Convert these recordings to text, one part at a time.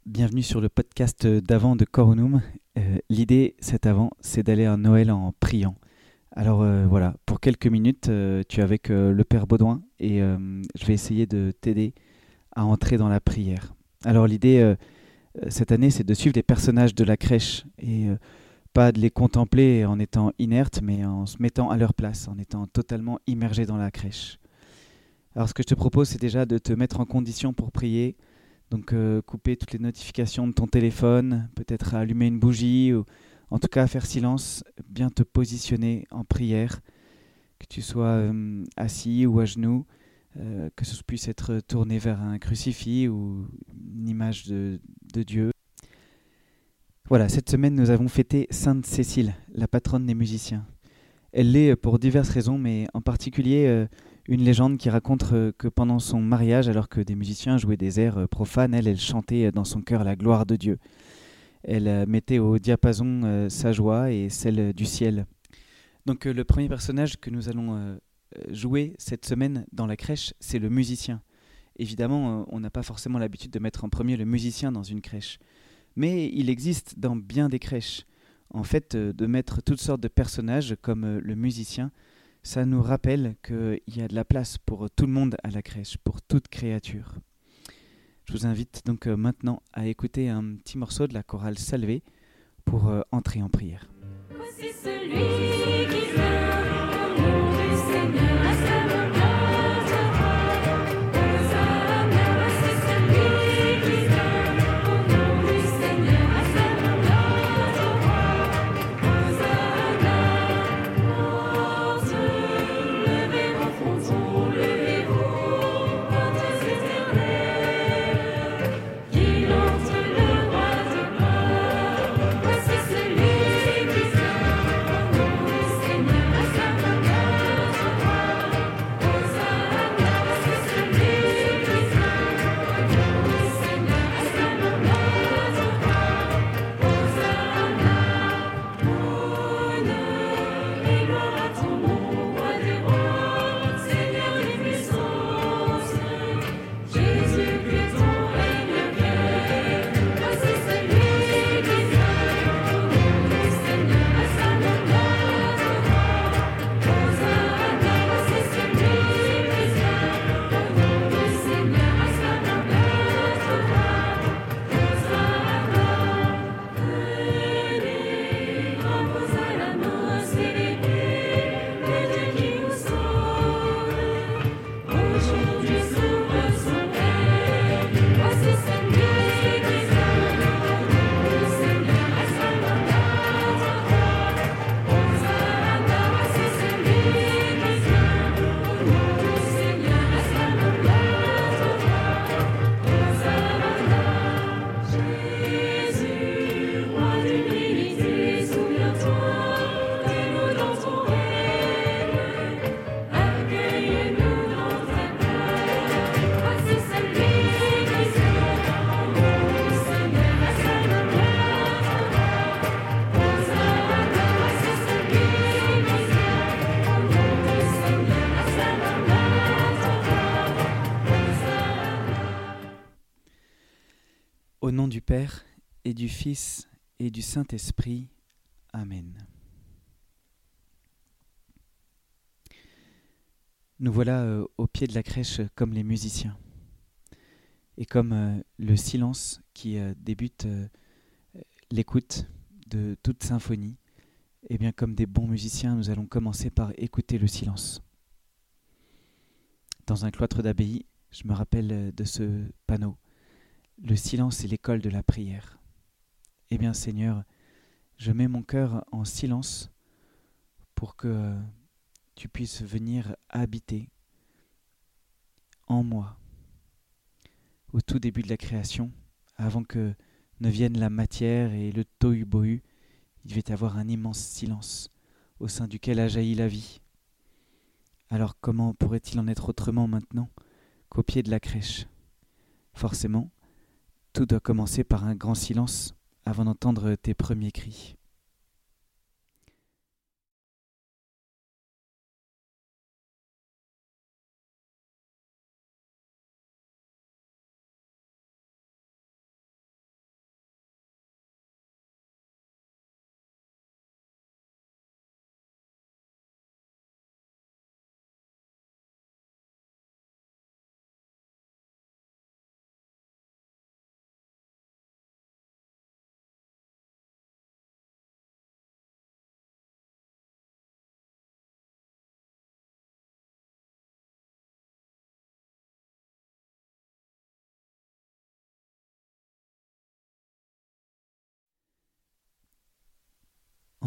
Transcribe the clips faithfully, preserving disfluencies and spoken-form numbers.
Bienvenue sur le podcast d'Avent de Coronum. Euh, l'idée, cet Avant, c'est d'aller à Noël en priant. Alors euh, voilà, pour quelques minutes, euh, tu es avec euh, le Père Baudouin et euh, je vais essayer de t'aider à entrer dans la prière. Alors l'idée, euh, cette année, c'est de suivre les personnages de la crèche et euh, pas de les contempler en étant inerte, mais en se mettant à leur place, en étant totalement immergé dans la crèche. Alors ce que je te propose, c'est déjà de te mettre en condition pour prier. Donc euh, couper toutes les notifications de ton téléphone, peut-être allumer une bougie ou en tout cas faire silence, bien te positionner en prière, que tu sois euh, assis ou à genoux, euh, que ce puisse être tourné vers un crucifix ou une image de, de Dieu. Voilà, cette semaine nous avons fêté Sainte Cécile, la patronne des musiciens. Elle l'est pour diverses raisons, mais en particulier euh, une légende qui raconte euh, que pendant son mariage, alors que des musiciens jouaient des airs euh, profanes, elle, elle chantait euh, dans son cœur la gloire de Dieu. Elle euh, mettait au diapason euh, sa joie et celle euh, du ciel. Donc euh, le premier personnage que nous allons euh, jouer cette semaine dans la crèche, c'est le musicien. Évidemment, euh, on n'a pas forcément l'habitude de mettre en premier le musicien dans une crèche. Mais il existe dans bien des crèches. En fait, euh, de mettre toutes sortes de personnages comme euh, le musicien, ça nous rappelle qu'il y a de la place pour tout le monde à la crèche, pour toute créature. Je vous invite donc euh, maintenant à écouter un petit morceau de la chorale Salvé pour euh, entrer en prière. Voici celui qui vient, au nom du Seigneur, acclame notre roi. Hosanna, voici celui qui vient, au nom du Seigneur, acclame notre roi. Hosanna, portes, levez-vous, frontons, levez-vous, portes éternelles, qu'il entre le roi de gloire. Voici celui qui vient. Au nom du Père et du Fils et du Saint-Esprit. Amen. Nous voilà euh, au pied de la crèche euh, comme les musiciens. Et comme euh, le silence qui euh, débute euh, l'écoute de toute symphonie, et bien comme des bons musiciens, nous allons commencer par écouter le silence. Dans un cloître d'abbaye, je me rappelle euh, de ce panneau. Le silence est l'école de la prière. Eh bien Seigneur, je mets mon cœur en silence pour que euh, tu puisses venir habiter en moi. Au tout début de la création, avant que ne vienne la matière et le tohu-bohu, il devait y avoir un immense silence au sein duquel a jailli la vie. Alors comment pourrait-il en être autrement maintenant qu'au pied de la crèche ? Forcément, tout doit commencer par un grand silence avant d'entendre tes premiers cris.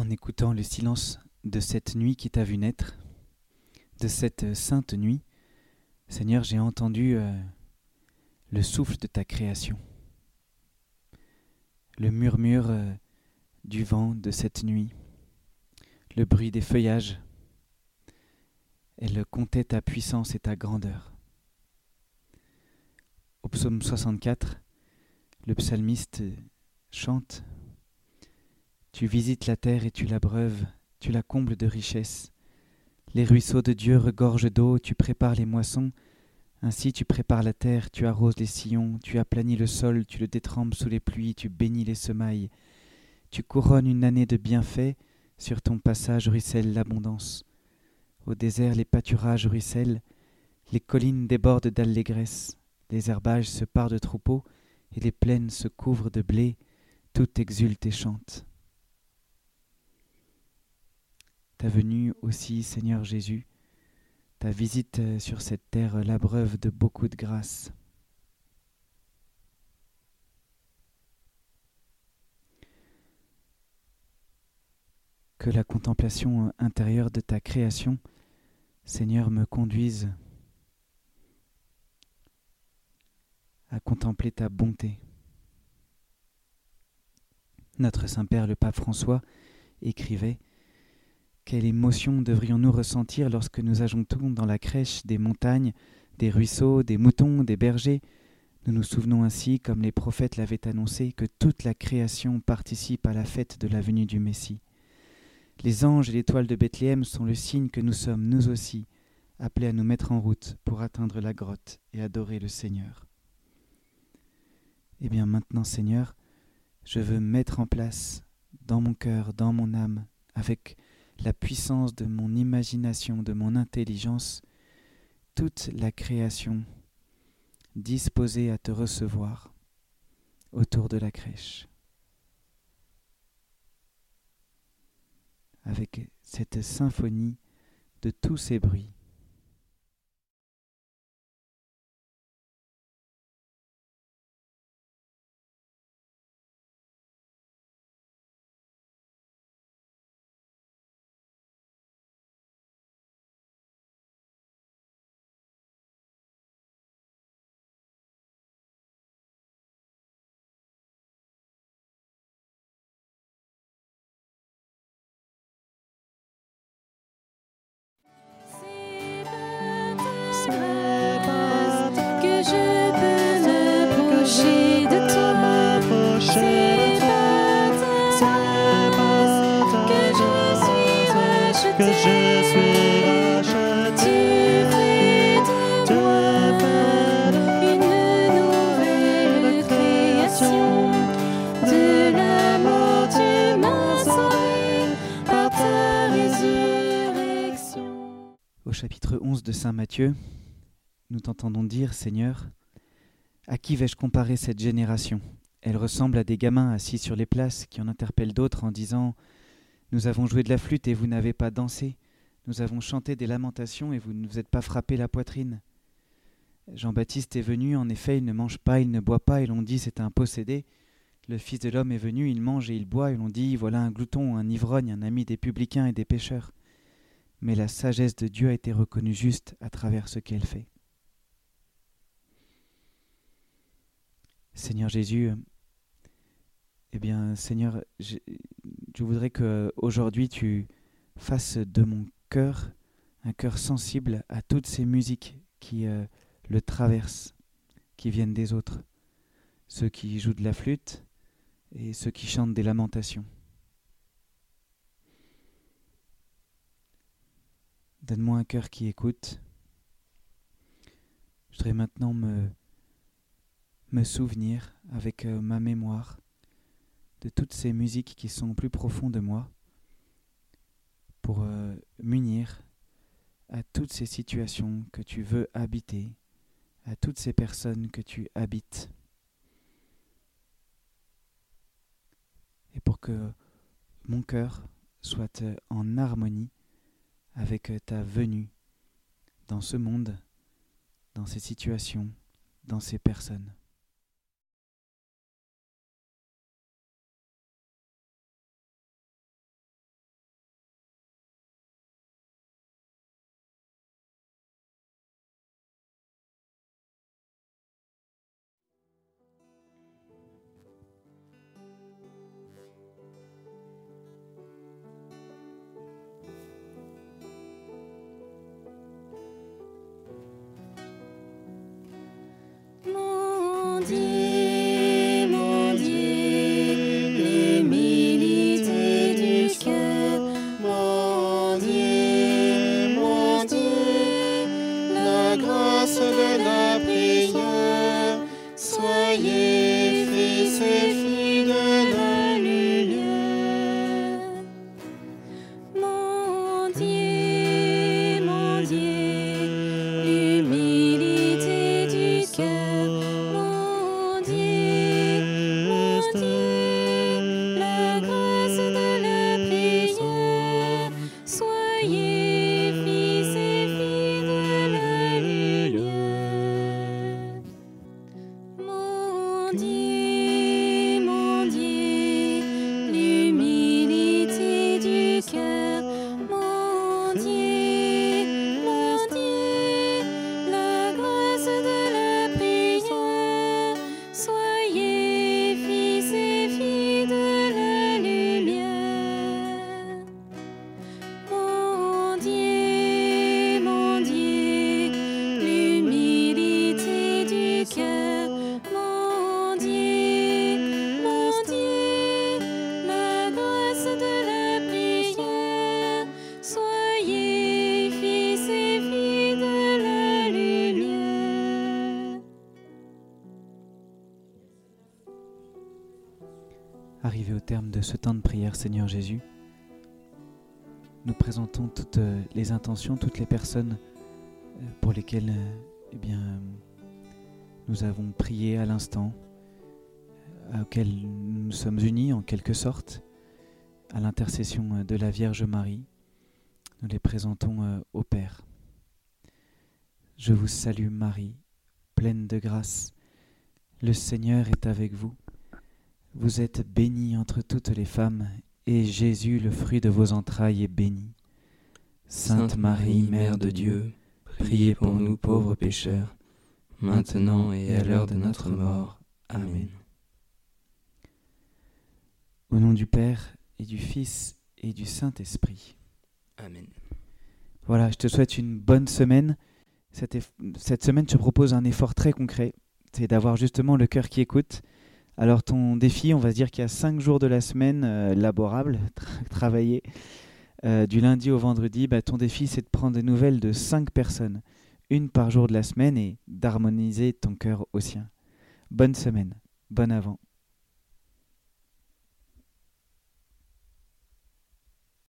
En écoutant le silence de cette nuit qui t'a vu naître, de cette sainte nuit, Seigneur, j'ai entendu euh, le souffle de ta création, le murmure euh, du vent de cette nuit, le bruit des feuillages. Elle comptait ta puissance et ta grandeur. Au psaume soixante-quatre, le psalmiste chante « Tu visites la terre et tu l'abreuves, tu la combles de richesses. Les ruisseaux de Dieu regorgent d'eau, tu prépares les moissons. Ainsi tu prépares la terre, tu arroses les sillons, tu aplanis le sol, tu le détrempes sous les pluies, tu bénis les semailles. Tu couronnes une année de bienfaits, sur ton passage ruisselle l'abondance. Au désert les pâturages ruissellent, les collines débordent d'allégresse, les herbages se parent de troupeaux, et les plaines se couvrent de blé, tout exulte et chante. Ta venue aussi, Seigneur Jésus, ta visite sur cette terre l'abreuve de beaucoup de grâce. Que la contemplation intérieure de ta création, Seigneur, me conduise à contempler ta bonté. Notre Saint-Père, le Pape François, écrivait « Quelle émotion devrions-nous ressentir lorsque nous ajoutons dans la crèche des montagnes, des ruisseaux, des moutons, des bergers. Nous nous souvenons ainsi, comme les prophètes l'avaient annoncé, que toute la création participe à la fête de la venue du Messie. Les anges et l'étoile de Bethléem sont le signe que nous sommes, nous aussi, appelés à nous mettre en route pour atteindre la grotte et adorer le Seigneur. Eh bien maintenant, Seigneur, je veux mettre en place, dans mon cœur, dans mon âme, avec la puissance de mon imagination, de mon intelligence, toute la création disposée à te recevoir autour de la crèche. Avec cette symphonie de tous ces bruits. Que je peux m'approcher de toi, c'est par ta grâce que je suis racheté. Que je suis racheté, Tu fais de moi une nouvelle création. De la mort tu m'as sauvé par ta résurrection. Au chapitre onze de saint Matthieu, nous t'entendons dire, Seigneur, à qui vais-je comparer cette génération ? Elle ressemble à des gamins assis sur les places qui en interpellent d'autres en disant « Nous avons joué de la flûte et vous n'avez pas dansé. Nous avons chanté des lamentations et vous ne vous êtes pas frappé la poitrine. » Jean-Baptiste est venu, en effet, il ne mange pas, il ne boit pas, et l'on dit c'est un possédé. Le Fils de l'homme est venu, il mange et il boit, et l'on dit voilà un glouton, un ivrogne, un ami des publicains et des pécheurs. Mais la sagesse de Dieu a été reconnue juste à travers ce qu'elle fait. Seigneur Jésus, eh bien, Seigneur, je, je voudrais qu'aujourd'hui tu fasses de mon cœur un cœur sensible à toutes ces musiques qui euh, le traversent, qui viennent des autres, ceux qui jouent de la flûte et ceux qui chantent des lamentations. Donne-moi un cœur qui écoute. Je voudrais maintenant me me souvenir avec euh, ma mémoire de toutes ces musiques qui sont au plus profond de moi pour euh, m'unir à toutes ces situations que tu veux habiter, à toutes ces personnes que tu habites, et pour que mon cœur soit euh, en harmonie avec euh, ta venue dans ce monde, dans ces situations, dans ces personnes. Fils et filles de la lumière. Mon Dieu, mon Dieu, l'humilité du cœur. Mon Dieu, mon Dieu, la grâce de la prière. Soyez fils et filles de la lumière. Mon Dieu, mon Dieu, l'humilité du cœur. Mon Dieu, mon Dieu, la grâce de la prière. Soyez fils et filles de la lumière. Mon Dieu, mon Dieu, l'humilité du cœur. Mon Dieu, mon Dieu, la grâce de la prière. Soyez fils et filles de la lumière. Arrivé au terme de ce temps de prière, Seigneur Jésus, nous présentons toutes euh, les intentions, toutes les personnes euh, pour lesquelles euh, eh bien, nous avons prié à l'instant, euh, auxquelles nous nous sommes unis en quelque sorte, à l'intercession euh, de la Vierge Marie. Nous les présentons euh, au Père. Je vous salue Marie, pleine de grâce. Le Seigneur est avec vous. Vous êtes bénie entre toutes les femmes, et Jésus, le fruit de vos entrailles, est béni. Sainte Marie, Mère de Dieu, priez pour nous pauvres pécheurs, maintenant et à l'heure de notre mort. Amen. Au nom du Père, et du Fils, et du Saint-Esprit. Amen. Voilà, je te souhaite une bonne semaine. Cette, eff- cette semaine, je te propose un effort très concret. C'est d'avoir justement le cœur qui écoute. Alors ton défi, on va se dire qu'il y a cinq jours de la semaine euh, laborables, tra- travaillés, euh, du lundi au vendredi. Bah, ton défi, c'est de prendre des nouvelles de cinq personnes, une par jour de la semaine, et d'harmoniser ton cœur au sien. Bonne semaine, bon avant.